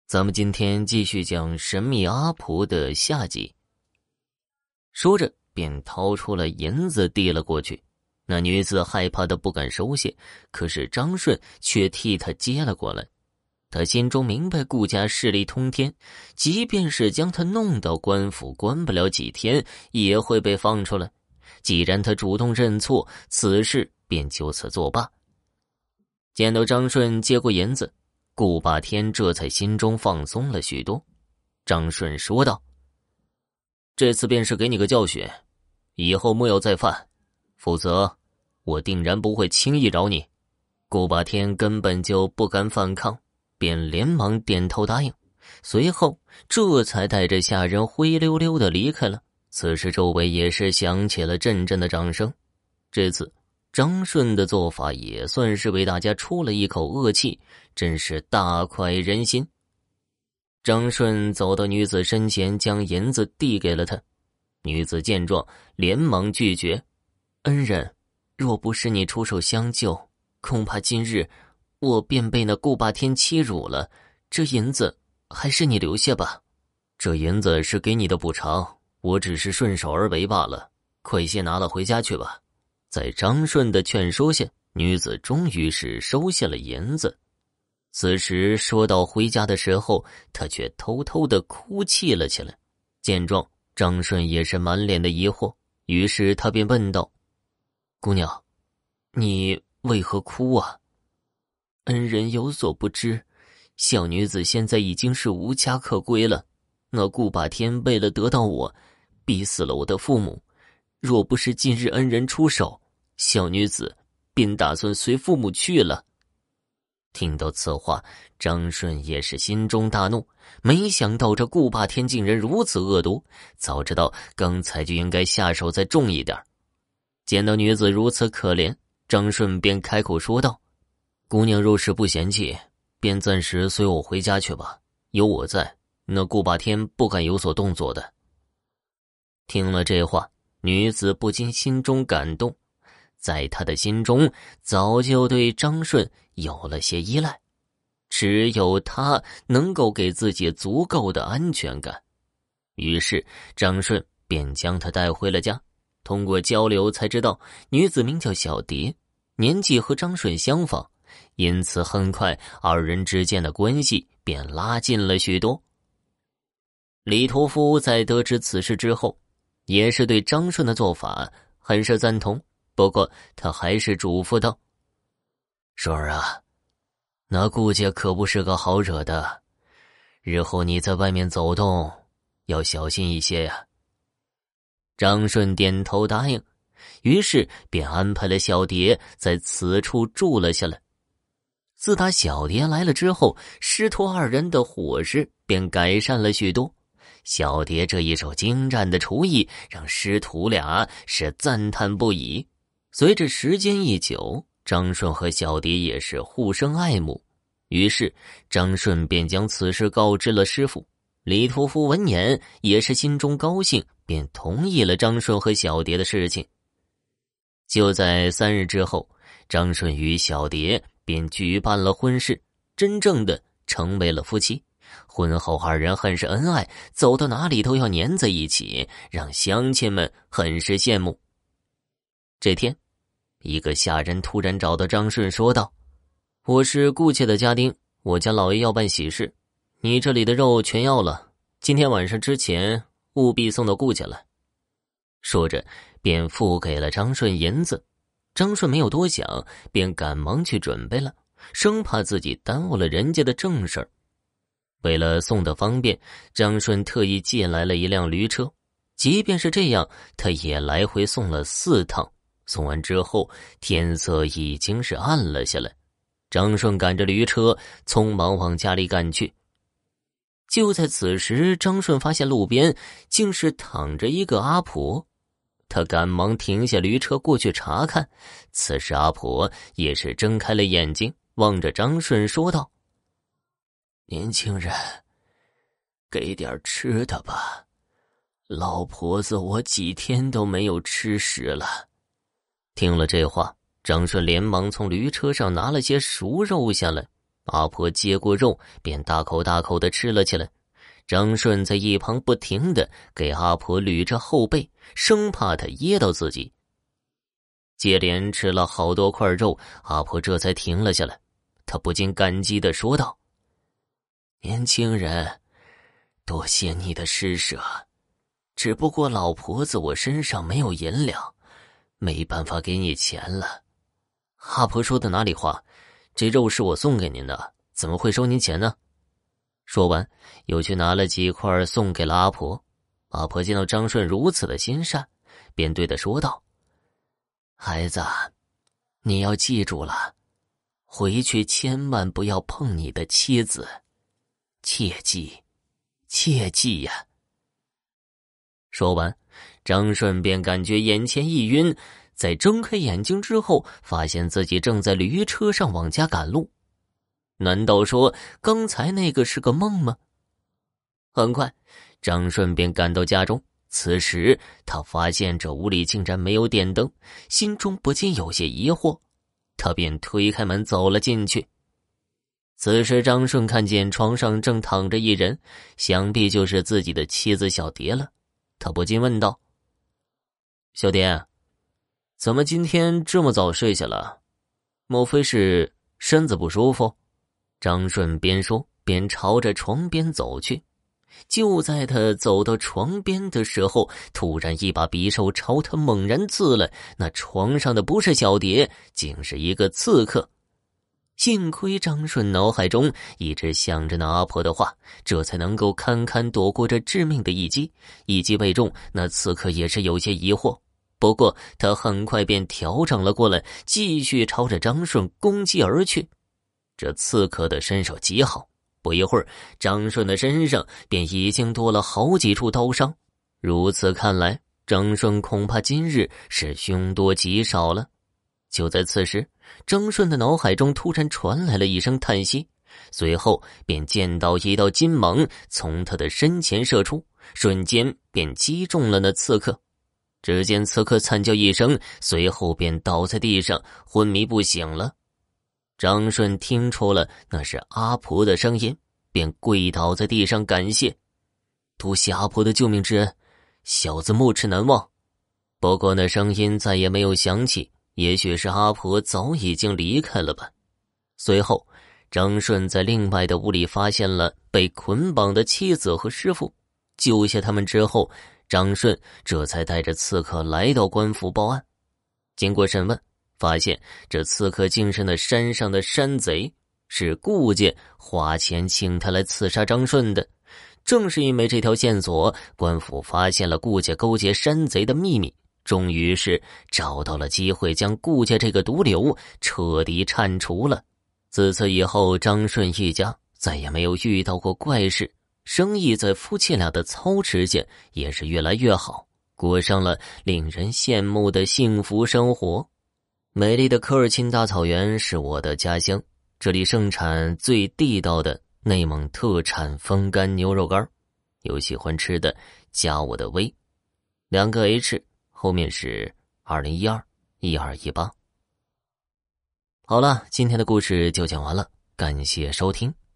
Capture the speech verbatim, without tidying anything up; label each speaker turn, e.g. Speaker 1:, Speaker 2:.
Speaker 1: 咱们今天继续讲神秘阿婆的下集。说着便掏出了银子递了过去，那女子害怕的不敢收下，可是张顺却替她接了过来。他心中明白顾家势力通天，即便是将他弄到官府，关不了几天也会被放出来。既然他主动认错，此事便就此作罢。见到张顺接过银子，顾霸天这才心中放松了许多。张顺说道：这次便是给你个教训，以后莫要再犯，否则我定然不会轻易饶你。顾霸天根本就不敢反抗，便连忙点头答应，随后这才带着下人灰溜溜的离开了。此时周围也是响起了阵阵的掌声。这次张顺的做法也算是为大家出了一口恶气，真是大快人心。张顺走到女子身前，将银子递给了她。女子见状连忙拒绝：恩人，若不是你出手相救，恐怕今日我便被那顾霸天欺辱了，这银子还是你留下吧。这银子是给你的补偿，我只是顺手而为罢了，快些拿了回家去吧。在张顺的劝说下，女子终于是收下了银子。此时说到回家的时候，她却偷偷的哭泣了起来。见状，张顺也是满脸的疑惑，于是他便问道：姑娘，你为何哭啊？恩人有所不知，小女子现在已经是无家可归了。那顾霸天为了得到我，逼死了我的父母，若不是今日恩人出手，小女子便打算随父母去了。听到此话，张顺也是心中大怒，没想到这顾霸天竟然如此恶毒，早知道刚才就应该下手再重一点。见到女子如此可怜，张顺便开口说道：姑娘若是不嫌弃，便暂时随我回家去吧，有我在，那顾霸天不敢有所动作的。听了这话，女子不禁心中感动，在她的心中早就对张顺有了些依赖，只有他能够给自己足够的安全感。于是张顺便将她带回了家。通过交流才知道，女子名叫小蝶，年纪和张顺相仿，因此很快二人之间的关系便拉近了许多。李屠夫在得知此事之后，也是对张顺的做法很是赞同，不过他还是嘱咐道：顺儿啊，那顾家可不是个好惹的，日后你在外面走动要小心一些呀。张顺点头答应，于是便安排了小蝶在此处住了下来。自打小蝶来了之后，师徒二人的伙食便改善了许多。小蝶这一手精湛的厨艺让师徒俩是赞叹不已。随着时间一久，张顺和小蝶也是互生爱慕，于是张顺便将此事告知了师傅。李屠夫闻言也是心中高兴，便同意了张顺和小蝶的事情。就在三日之后，张顺与小蝶便举办了婚事，真正的成为了夫妻。婚后二人很是恩爱，走到哪里都要黏在一起，让乡亲们很是羡慕。这天，一个下人突然找到张顺说道：我是顾家的家丁，我家老爷要办喜事，你这里的肉全要了，今天晚上之前务必送到顾家来。说着便付给了张顺银子。张顺没有多想，便赶忙去准备了，生怕自己耽误了人家的正事儿。为了送的方便，张顺特意借来了一辆驴车，即便是这样，他也来回送了四趟。送完之后，天色已经是暗了下来。张顺赶着驴车匆忙往家里赶去。就在此时，张顺发现路边竟是躺着一个阿婆。他赶忙停下驴车过去查看，此时阿婆也是睁开了眼睛，望着张顺说道：年轻人，给点吃的吧，老婆子我几天都没有吃食了。听了这话，张顺连忙从驴车上拿了些熟肉下来， 阿婆接过肉便大口大口地吃了起来。张顺在一旁不停地给阿婆捋着后背，生怕她噎到自己。接连吃了好多块肉，阿婆这才停了下来。她不禁感激地说道：年轻人，多谢你的施舍，只不过老婆子我身上没有银两，没办法给你钱了。阿婆说的哪里话，这肉是我送给您的，怎么会收您钱呢？说完又去拿了几块送给了阿婆。阿婆见到张顺如此的心善，便对他说道：孩子，你要记住了，回去千万不要碰你的妻子，切记切记呀。说完，张顺便感觉眼前一晕，在睁开眼睛之后，发现自己正在驴车上往家赶路。难道说刚才那个是个梦吗？很快，张顺便赶到家中。此时他发现这屋里竟然没有电灯，心中不禁有些疑惑，他便推开门走了进去。此时张顺看见床上正躺着一人，想必就是自己的妻子小蝶了。他不禁问道：小蝶，怎么今天这么早睡下了？莫非是身子不舒服？张顺边说边朝着床边走去。就在他走到床边的时候，突然一把匕首朝他猛然刺来。那床上的不是小蝶，竟是一个刺客。幸亏张顺脑海中一直想着那阿婆的话，这才能够堪堪躲过这致命的一击。一击未中，那刺客也是有些疑惑，不过他很快便调整了过来，继续朝着张顺攻击而去。这刺客的身手极好，不一会儿，张顺的身上便已经多了好几处刀伤。如此看来，张顺恐怕今日是凶多吉少了。就在此时，张顺的脑海中突然传来了一声叹息，随后便见到一道金芒从他的身前射出，瞬间便击中了那刺客。只见刺客惨叫一声，随后便倒在地上昏迷不醒了。张顺听出了那是阿婆的声音，便跪倒在地上感谢：多谢阿婆的救命之恩，小子没齿难忘。不过那声音再也没有响起，也许是阿婆早已经离开了吧。随后张顺在另外的屋里发现了被捆绑的妻子和师傅，救下他们之后，张顺这才带着刺客来到官府报案。经过审问，发现这刺客竟是那山上的山贼，是顾家花钱请他来刺杀张顺的。正是因为这条线索，官府发现了顾家勾结山贼的秘密，终于是找到了机会将顾家这个毒瘤彻底铲除了。自此以后，张顺一家再也没有遇到过怪事，生意在夫妻俩的操持下也是越来越好，过上了令人羡慕的幸福生活。美丽的科尔沁大草原是我的家乡，这里盛产最地道的内蒙特产风干牛肉干，有喜欢吃的加我的微，两个 H 后面是二零一二一二一八。好了，今天的故事就讲完了，感谢收听。